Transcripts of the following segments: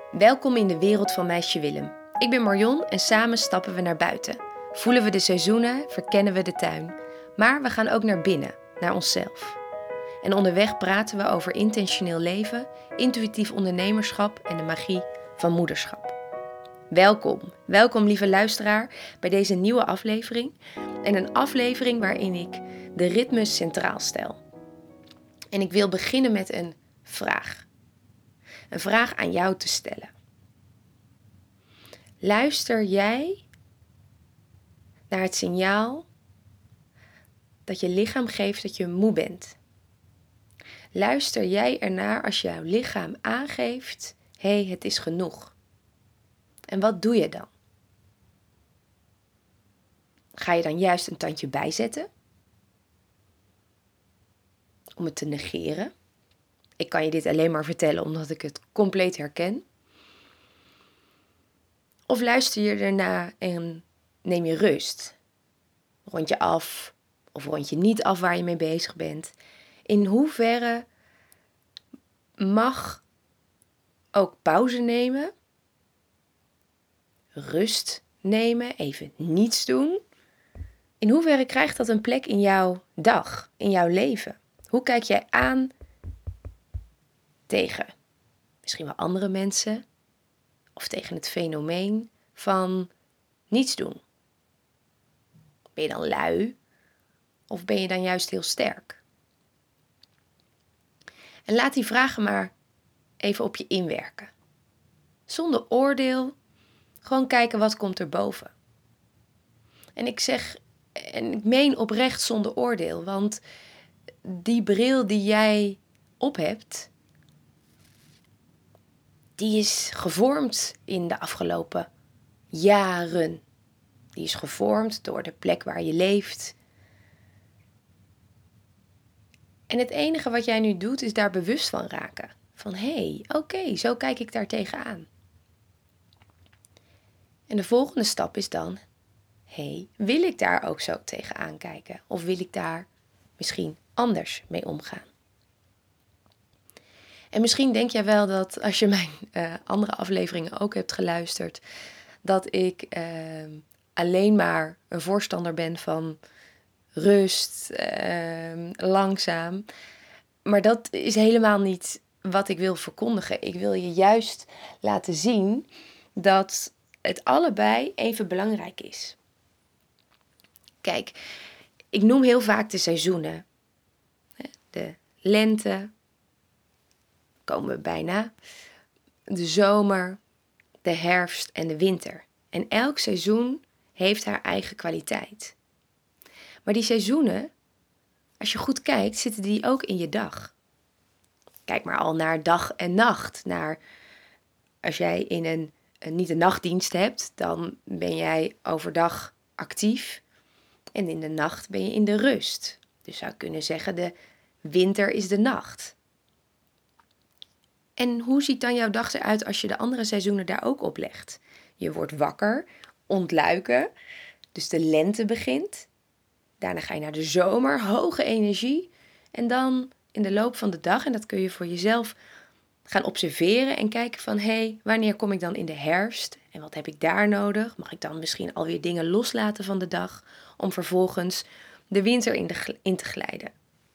Welkom in de wereld van meisje Willem. Ik ben Marion en samen stappen we naar buiten. Voelen we de seizoenen, verkennen we de tuin. Maar we gaan ook naar binnen, naar onszelf. En onderweg praten we over intentioneel leven, intuïtief ondernemerschap en de magie van moederschap. Welkom lieve luisteraar bij deze nieuwe aflevering. En een aflevering waarin ik de ritmes centraal stel. En ik wil beginnen met een vraag. Een vraag aan jou te stellen. Luister jij naar het signaal dat je lichaam geeft dat je moe bent? Luister jij ernaar als jouw lichaam aangeeft, hé, het is genoeg? En wat doe je dan? Ga je dan juist een tandje bijzetten? Om het te negeren? Ik kan je dit alleen maar vertellen omdat ik het compleet herken. Of luister je erna en neem je rust? Rond je af of rond je niet af waar je mee bezig bent? In hoeverre mag ook pauze nemen, rust nemen, even niets doen? In hoeverre krijgt dat een plek in jouw dag, in jouw leven? Hoe kijk jij aan tegen misschien wel andere mensen of tegen het fenomeen van niets doen? Ben je dan lui of ben je dan juist heel sterk? En laat die vragen maar even op je inwerken. Zonder oordeel, gewoon kijken wat komt er boven. En ik meen oprecht zonder oordeel, want die bril die jij op hebt, die is gevormd in de afgelopen jaren. Die is gevormd door de plek waar je leeft. En het enige wat jij nu doet is daar bewust van raken. Van oké, zo kijk ik daar tegenaan. En de volgende stap is dan, wil ik daar ook zo tegenaan kijken? Of wil ik daar misschien anders mee omgaan? En misschien denk jij wel dat als je mijn andere afleveringen ook hebt geluisterd, dat ik alleen maar een voorstander ben van rust, langzaam. Maar dat is helemaal niet wat ik wil verkondigen. Ik wil je juist laten zien dat het allebei even belangrijk is. Kijk, ik noem heel vaak de seizoenen. De lente, komen we bijna. De zomer, de herfst en de winter. En elk seizoen heeft haar eigen kwaliteit. Maar die seizoenen, als je goed kijkt, zitten die ook in je dag. Kijk maar al naar dag en nacht. Als jij niet een nachtdienst hebt, dan ben jij overdag actief. En in de nacht ben je in de rust. Dus zou ik kunnen zeggen, de winter is de nacht. En hoe ziet dan jouw dag eruit als je de andere seizoenen daar ook op legt? Je wordt wakker, ontluiken, dus de lente begint. Daarna ga je naar de zomer, hoge energie. En dan in de loop van de dag, en dat kun je voor jezelf gaan observeren en kijken van wanneer kom ik dan in de herfst? En wat heb ik daar nodig? Mag ik dan misschien alweer dingen loslaten van de dag om vervolgens de winter in te glijden?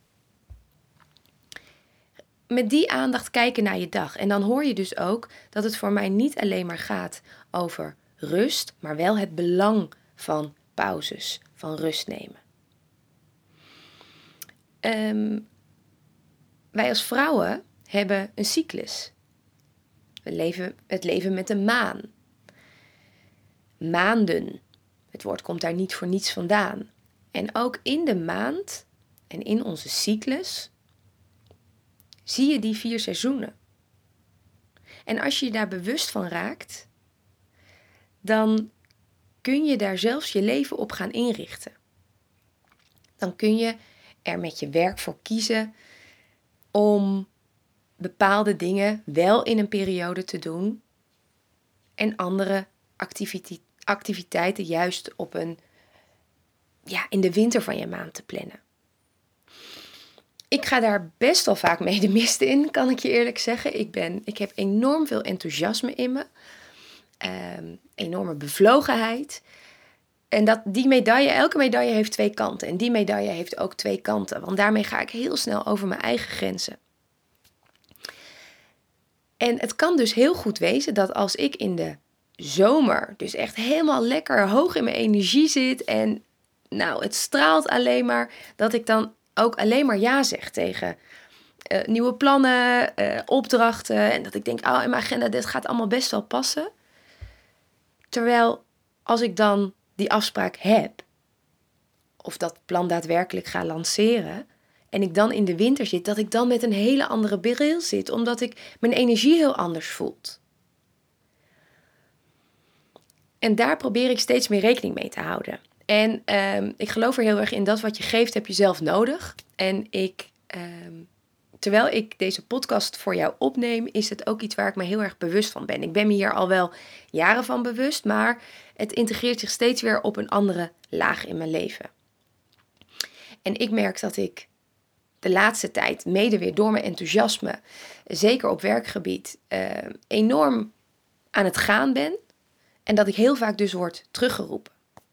Met die aandacht kijken naar je dag. En dan hoor je dus ook dat het voor mij niet alleen maar gaat over rust, maar wel het belang van pauzes, van rust nemen. Wij als vrouwen hebben een cyclus. Het leven met de maan. Maanden. Het woord komt daar niet voor niets vandaan. En ook in de maand en in onze cyclus zie je die 4 seizoenen. En als je je daar bewust van raakt, dan kun je daar zelfs je leven op gaan inrichten. Dan kun je er met je werk voor kiezen om bepaalde dingen wel in een periode te doen en andere activiteiten juist in de winter van je maand te plannen. ik ga daar best wel vaak mee de mist in, kan ik je eerlijk zeggen. Ik heb enorm veel enthousiasme in me. Enorme bevlogenheid. En die medaille, elke medaille heeft twee kanten. En die medaille heeft ook twee kanten. Want daarmee ga ik heel snel over mijn eigen grenzen. En het kan dus heel goed wezen dat als ik in de zomer dus echt helemaal lekker hoog in mijn energie zit en nou, het straalt alleen maar, dat ik dan ook alleen maar ja zeg tegen nieuwe plannen, opdrachten. En dat ik denk, in mijn agenda, dit gaat allemaal best wel passen. Terwijl als ik dan die afspraak heb, of dat plan daadwerkelijk ga lanceren, en ik dan in de winter zit, dat ik dan met een hele andere bril zit, omdat ik mijn energie heel anders voelt. En daar probeer ik steeds meer rekening mee te houden. En ik geloof er heel erg in dat wat je geeft, heb je zelf nodig. En terwijl ik deze podcast voor jou opneem, is het ook iets waar ik me heel erg bewust van ben. Ik ben me hier al wel jaren van bewust, maar het integreert zich steeds weer op een andere laag in mijn leven. En ik merk dat ik de laatste tijd, mede weer door mijn enthousiasme, zeker op werkgebied, enorm aan het gaan ben. En dat ik heel vaak dus word teruggeroepen.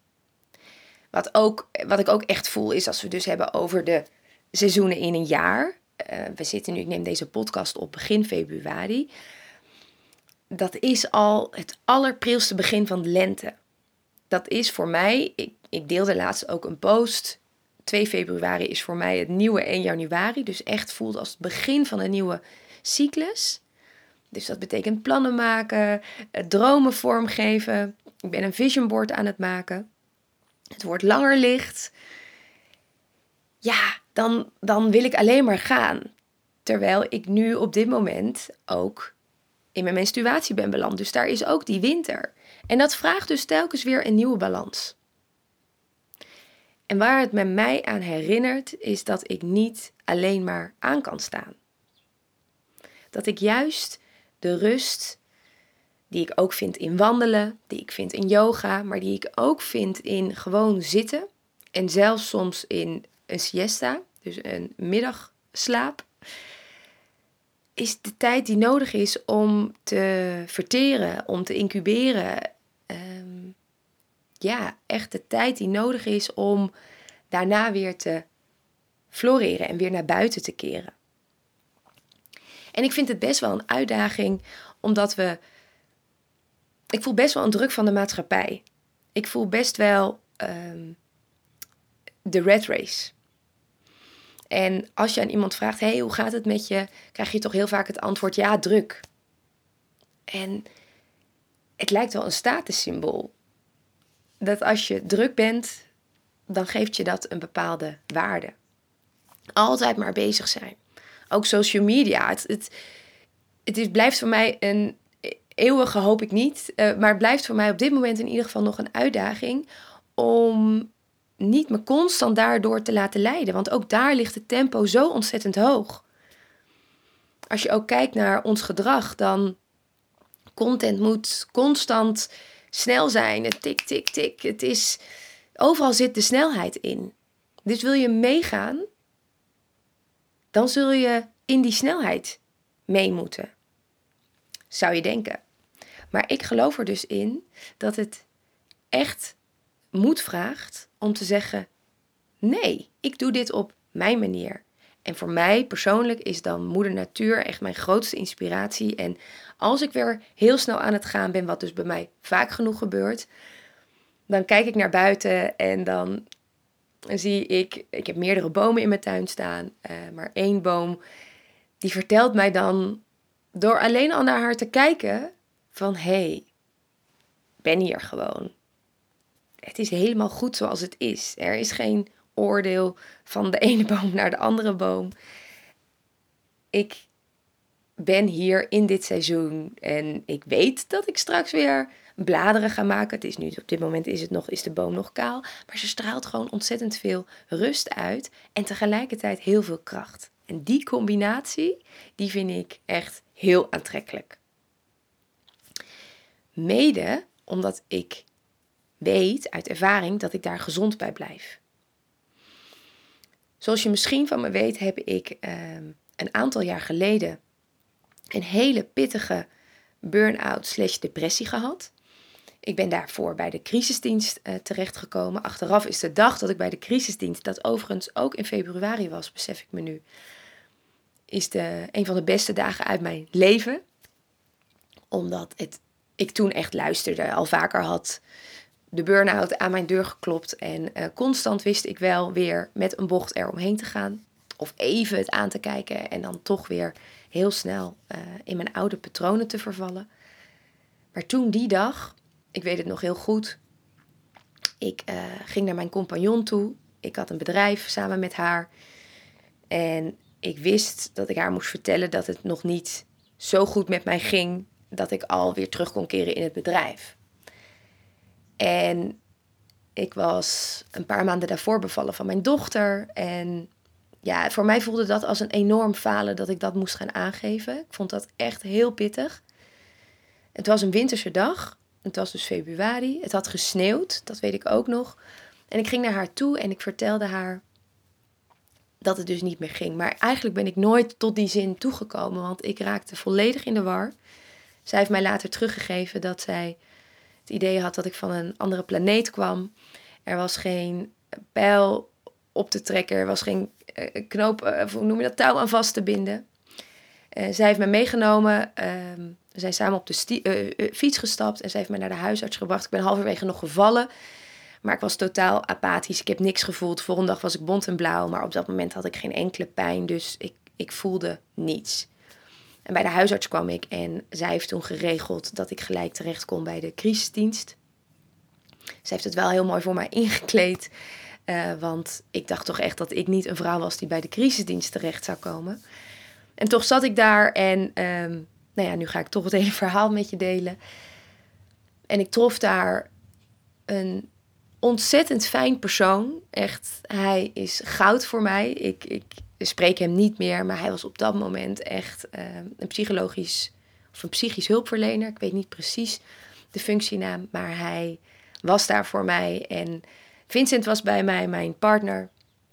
Wat ik ook echt voel is als we dus hebben over de seizoenen in een jaar. We zitten nu, ik neem deze podcast op begin februari. Dat is al het allerprilste begin van de lente. Dat is voor mij, ik deelde laatst ook een post. 2 februari is voor mij het nieuwe 1 januari. Dus echt voelt als het begin van een nieuwe cyclus. Dus dat betekent plannen maken, dromen vormgeven. Ik ben een vision board aan het maken. Het wordt langer licht. Ja, dan wil ik alleen maar gaan. Terwijl ik nu op dit moment ook in mijn menstruatie ben beland. Dus daar is ook die winter. En dat vraagt dus telkens weer een nieuwe balans. En waar het met mij aan herinnert, is dat ik niet alleen maar aan kan staan. Dat ik juist de rust die ik ook vind in wandelen, die ik vind in yoga, maar die ik ook vind in gewoon zitten. En zelfs soms in een siesta, dus een middagslaap, is de tijd die nodig is om te verteren, om te incuberen. Echt de tijd die nodig is om daarna weer te floreren en weer naar buiten te keren. En ik vind het best wel een uitdaging, omdat ik voel best wel een druk van de maatschappij. Ik voel best wel de rat race. En als je aan iemand vraagt, hey, hoe gaat het met je? Krijg je toch heel vaak het antwoord, ja, druk. En het lijkt wel een statussymbool. Dat als je druk bent, dan geeft je dat een bepaalde waarde. Altijd maar bezig zijn. Ook social media. Blijft voor mij een eeuwige, hoop ik niet. Maar het blijft voor mij op dit moment in ieder geval nog een uitdaging om niet me constant daardoor te laten leiden. Want ook daar ligt het tempo zo ontzettend hoog. Als je ook kijkt naar ons gedrag, dan content moet constant snel zijn. Het tik, tik, tik. Overal zit de snelheid in. Dus wil je meegaan, dan zul je in die snelheid mee moeten. Zou je denken. Maar ik geloof er dus in dat het echt moed vraagt om te zeggen, nee, ik doe dit op mijn manier. En voor mij persoonlijk is dan Moeder Natuur echt mijn grootste inspiratie. En als ik weer heel snel aan het gaan ben, wat dus bij mij vaak genoeg gebeurt, dan kijk ik naar buiten en dan zie ik heb meerdere bomen in mijn tuin staan, maar 1 boom, die vertelt mij dan, door alleen al naar haar te kijken, van hey, ben hier gewoon. Het is helemaal goed zoals het is. Er is geen oordeel van de ene boom naar de andere boom. Ik ben hier in dit seizoen en ik weet dat ik straks weer bladeren ga maken. Het is nu, op dit moment is de boom nog kaal, maar ze straalt gewoon ontzettend veel rust uit en tegelijkertijd heel veel kracht. En die combinatie, die vind ik echt heel aantrekkelijk. Mede omdat ik weet uit ervaring dat ik daar gezond bij blijf. Zoals je misschien van me weet, heb ik een aantal jaar geleden een hele pittige burn-out / depressie gehad. Ik ben daarvoor bij de crisisdienst terechtgekomen. Achteraf is de dag dat ik bij de crisisdienst, dat overigens ook in februari was, besef ik me nu, is een van de beste dagen uit mijn leven. Omdat ik toen echt luisterde. Al vaker had de burn-out aan mijn deur geklopt. En constant wist ik wel weer met een bocht eromheen te gaan. Of even het aan te kijken. En dan toch weer heel snel in mijn oude patronen te vervallen. Maar toen die dag, ik weet het nog heel goed. Ik ging naar mijn compagnon toe. Ik had een bedrijf samen met haar. En ik wist dat ik haar moest vertellen dat het nog niet zo goed met mij ging dat ik alweer terug kon keren in het bedrijf. En ik was een paar maanden daarvoor bevallen van mijn dochter. En ja, voor mij voelde dat als een enorm falen dat ik dat moest gaan aangeven. Ik vond dat echt heel pittig. Het was een winterse dag. Het was dus februari. Het had gesneeuwd, dat weet ik ook nog. En ik ging naar haar toe en ik vertelde haar dat het dus niet meer ging. Maar eigenlijk ben ik nooit tot die zin toegekomen, want ik raakte volledig in de war. Zij heeft mij later teruggegeven dat zij het idee had dat ik van een andere planeet kwam. Er was geen pijl op te trekken, er was geen knoop, hoe noem je dat, touw aan vast te binden. Zij heeft me meegenomen, we zijn samen op de fiets gestapt en zij heeft me naar de huisarts gebracht. Ik ben halverwege nog gevallen, maar ik was totaal apathisch. Ik heb niks gevoeld. De volgende dag was ik bont en blauw, maar op dat moment had ik geen enkele pijn, dus ik voelde niets. En bij de huisarts kwam ik en zij heeft toen geregeld dat ik gelijk terecht kon bij de crisisdienst. Zij heeft het wel heel mooi voor mij ingekleed, want ik dacht toch echt dat ik niet een vrouw was die bij de crisisdienst terecht zou komen. En toch zat ik daar en nou ja, nu ga ik toch het hele verhaal met je delen. En ik trof daar een ontzettend fijn persoon. Echt, hij is goud voor mij. Ik spreek hem niet meer, maar hij was op dat moment echt een psychisch hulpverlener. Ik weet niet precies de functienaam, maar hij was daar voor mij. En Vincent was bij mij, mijn partner.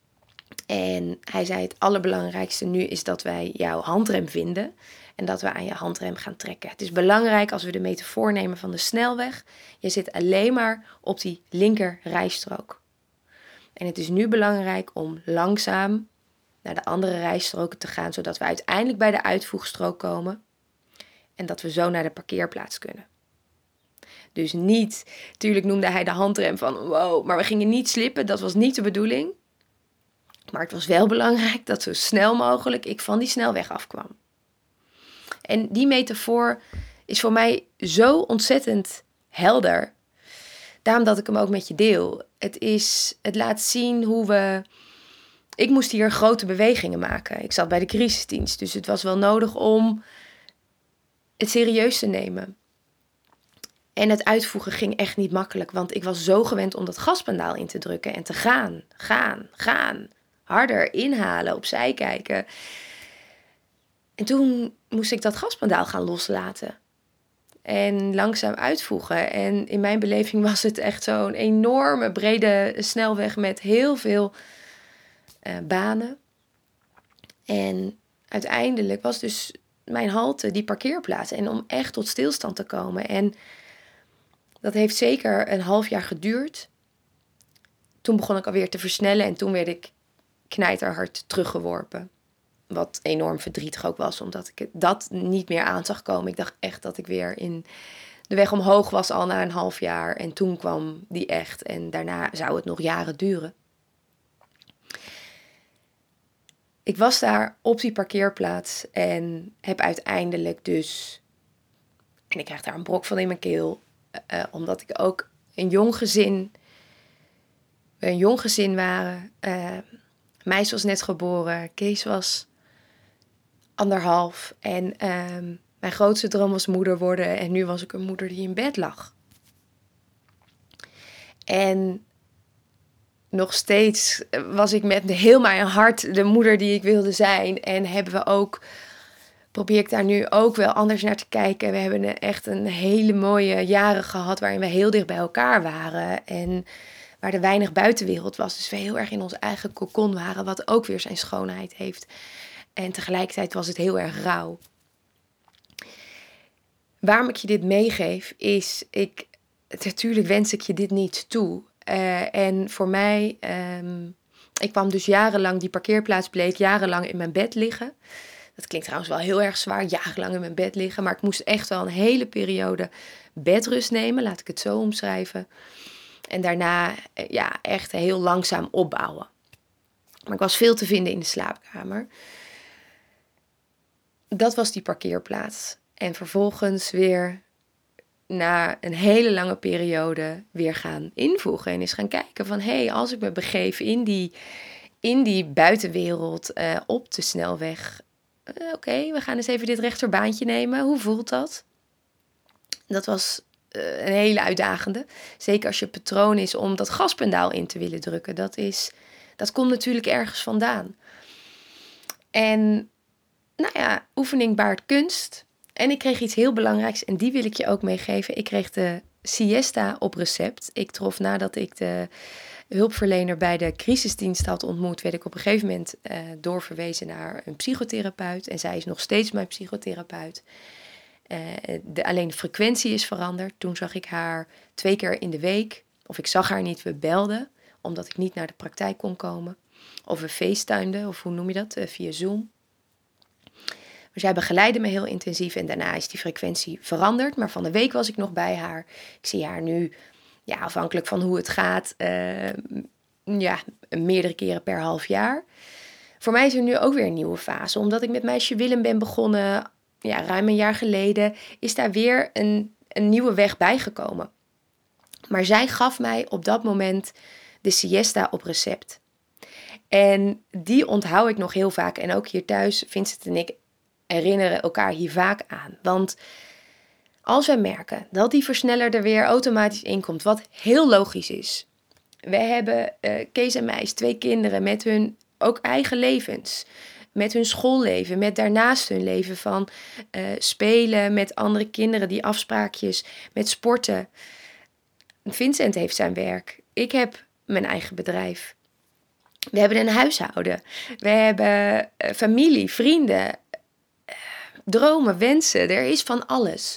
En hij zei: het allerbelangrijkste nu is dat wij jouw handrem vinden en dat we aan je handrem gaan trekken. Het is belangrijk als we de metafoor nemen van de snelweg. Je zit alleen maar op die linker rijstrook. En het is nu belangrijk om langzaam naar de andere rijstroken te gaan, zodat we uiteindelijk bij de uitvoegstrook komen en dat we zo naar de parkeerplaats kunnen. Dus niet, natuurlijk noemde hij de handrem van wow, maar we gingen niet slippen, dat was niet de bedoeling. Maar het was wel belangrijk dat zo snel mogelijk ik van die snelweg afkwam. En die metafoor is voor mij zo ontzettend helder. Daarom dat ik hem ook met je deel. Het laat zien hoe we... Ik moest hier grote bewegingen maken. Ik zat bij de crisisdienst, dus het was wel nodig om het serieus te nemen. En het uitvoegen ging echt niet makkelijk, want ik was zo gewend om dat gaspedaal in te drukken en te gaan. Harder inhalen, opzij kijken. En toen moest ik dat gaspedaal gaan loslaten. En langzaam uitvoegen. En in mijn beleving was het echt zo'n enorme brede snelweg met heel veel banen. En uiteindelijk was dus mijn halte die parkeerplaats. En om echt tot stilstand te komen. En dat heeft zeker een half jaar geduurd. Toen begon ik alweer te versnellen en toen werd ik knijterhard teruggeworpen. Wat enorm verdrietig ook was, omdat ik dat niet meer aan zag komen. Ik dacht echt dat ik weer in de weg omhoog was al na een half jaar. En toen kwam die echt. En daarna zou het nog jaren duren. Ik was daar op die parkeerplaats en heb uiteindelijk dus... En ik krijg daar een brok van in mijn keel. Omdat ik ook een jong gezin waren. Meis was net geboren. Kees was 1,5. En mijn grootste droom was moeder worden. En nu was ik een moeder die in bed lag. En nog steeds was ik met heel mijn hart de moeder die ik wilde zijn. En probeer ik daar nu ook wel anders naar te kijken. We hebben echt een hele mooie jaren gehad waarin we heel dicht bij elkaar waren. En waar er weinig buitenwereld was. Dus we heel erg in ons eigen cocon waren, wat ook weer zijn schoonheid heeft. En tegelijkertijd was het heel erg rauw. Waarom ik je dit meegeef is, natuurlijk wens ik je dit niet toe. En voor mij, ik kwam dus jarenlang, die parkeerplaats bleek jarenlang in mijn bed liggen. Dat klinkt trouwens wel heel erg zwaar, jarenlang in mijn bed liggen. Maar ik moest echt wel een hele periode bedrust nemen, laat ik het zo omschrijven. En daarna echt heel langzaam opbouwen. Maar ik was veel te vinden in de slaapkamer. Dat was die parkeerplaats. En vervolgens weer na een hele lange periode weer gaan invoegen. En eens gaan kijken van, als ik me begeef in die buitenwereld op de snelweg. Oké, we gaan eens even dit rechtsbaantje nemen. Hoe voelt dat? Dat was een hele uitdagende. Zeker als je patroon is om dat gaspedaal in te willen drukken. Dat komt natuurlijk ergens vandaan. En oefening baart kunst. En ik kreeg iets heel belangrijks en die wil ik je ook meegeven. Ik kreeg de siesta op recept. Ik trof nadat ik de hulpverlener bij de crisisdienst had ontmoet, werd ik op een gegeven moment doorverwezen naar een psychotherapeut. En zij is nog steeds mijn psychotherapeut. Alleen de frequentie is veranderd. Toen zag ik haar 2 keer in de week. Of ik zag haar niet, we belden, omdat ik niet naar de praktijk kon komen. Of we facetimeden, of hoe noem je dat, via Zoom. Maar zij begeleidde me heel intensief en daarna is die frequentie veranderd. Maar van de week was ik nog bij haar. Ik zie haar nu, afhankelijk van hoe het gaat, meerdere keren per half jaar. Voor mij is er nu ook weer een nieuwe fase. Omdat ik met meisje Willem ben begonnen, ruim een jaar geleden, is daar weer een nieuwe weg bijgekomen. Maar zij gaf mij op dat moment de siesta op recept. En die onthoud ik nog heel vaak. En ook hier thuis, Vincent en ik herinneren elkaar hier vaak aan. Want als wij merken dat die versneller er weer automatisch in komt, wat heel logisch is. We hebben Kees en Meis, 2 kinderen met hun ook eigen levens. Met hun schoolleven, met daarnaast hun leven van spelen met andere kinderen, die afspraakjes, met sporten. Vincent heeft zijn werk. Ik heb mijn eigen bedrijf. We hebben een huishouden. We hebben familie, vrienden, dromen, wensen. Er is van alles.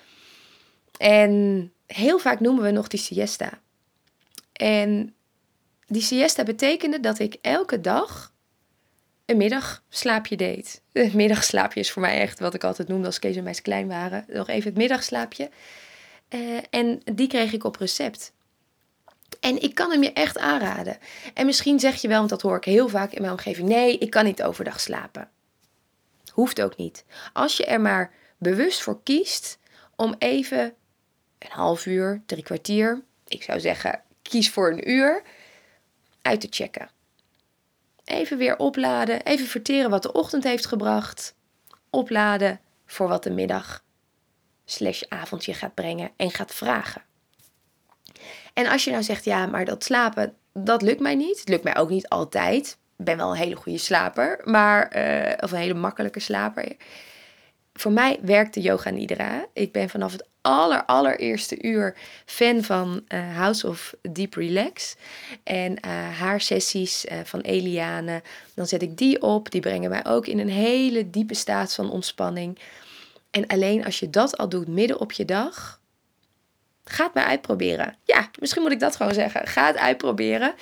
En heel vaak noemen we nog die siesta. En die siesta betekende dat ik elke dag een middagslaapje deed. Het middagslaapje is voor mij echt wat ik altijd noemde als Kees en Meis klein waren. Nog even het middagslaapje. En die kreeg ik op recept. En ik kan hem je echt aanraden. En misschien zeg je wel, want dat hoor ik heel vaak in mijn omgeving. Nee, ik kan niet overdag slapen. Hoeft ook niet. Als je er maar bewust voor kiest om even een half uur, 3 kwartier, ik zou zeggen, kies voor een uur, uit te checken. Even weer opladen, even verteren wat de ochtend heeft gebracht. Opladen voor wat de middag / avondje gaat brengen en gaat vragen. En als je nou zegt, maar dat slapen, dat lukt mij niet. Het lukt mij ook niet altijd. Ik ben wel een hele goede slaper, of een hele makkelijke slaper. Voor mij werkt de Yoga Nidra. Ik ben vanaf het allereerste uur fan van House of Deep Relax. En haar sessies van Eliane, dan zet ik die op. Die brengen mij ook in een hele diepe staat van ontspanning. En alleen als je dat al doet midden op je dag, ga het maar uitproberen. Ja, misschien moet ik dat gewoon zeggen. Ga het uitproberen.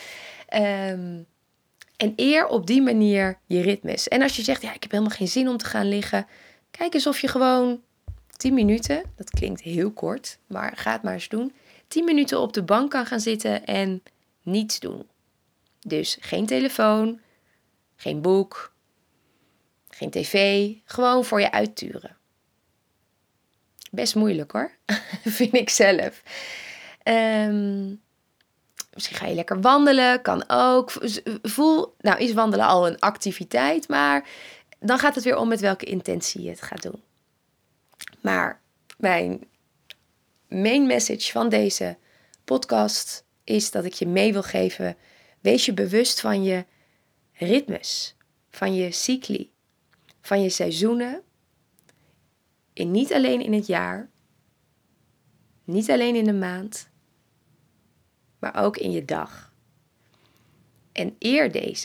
En eer op die manier je ritmes. En als je zegt, ik heb helemaal geen zin om te gaan liggen, kijk eens of je gewoon 10 minuten, dat klinkt heel kort, maar ga het maar eens doen, 10 minuten op de bank kan gaan zitten en niets doen. Dus geen telefoon, geen boek, geen tv, gewoon voor je uitturen. Best moeilijk hoor, vind ik zelf. Misschien ga je lekker wandelen, kan ook. Is wandelen al een activiteit, maar dan gaat het weer om met welke intentie je het gaat doen. Maar mijn main message van deze podcast is dat ik je mee wil geven. Wees je bewust van je ritmes, van je cycli, van je seizoenen. En niet alleen in het jaar, niet alleen in de maand, maar ook in je dag. En eer deze.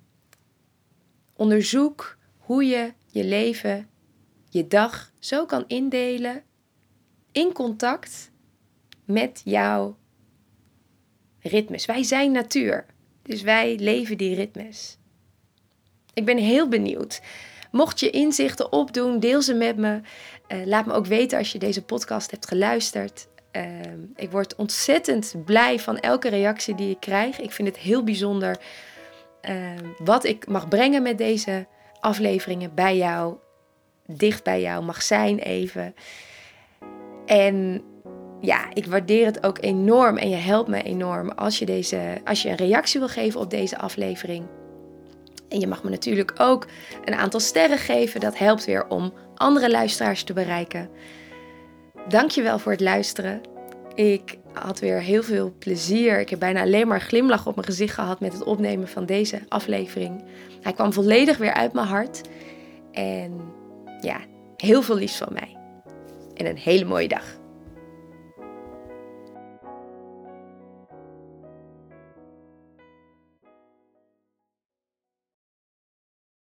Onderzoek hoe je je leven, je dag zo kan indelen in contact met jouw ritmes. Wij zijn natuur, dus wij leven die ritmes. Ik ben heel benieuwd. Mocht je inzichten opdoen, deel ze met me. Laat me ook weten als je deze podcast hebt geluisterd. Ik word ontzettend blij van elke reactie die ik krijg. Ik vind het heel bijzonder wat ik mag brengen met deze afleveringen bij jou. Dicht bij jou mag zijn even. En ja, ik waardeer het ook enorm en je helpt me enorm als je een reactie wil geven op deze aflevering. En je mag me natuurlijk ook een aantal sterren geven. Dat helpt weer om andere luisteraars te bereiken. Dankjewel voor het luisteren. Ik had weer heel veel plezier. Ik heb bijna alleen maar een glimlach op mijn gezicht gehad met het opnemen van deze aflevering. Hij kwam volledig weer uit mijn hart. En ja, heel veel liefs van mij. En een hele mooie dag.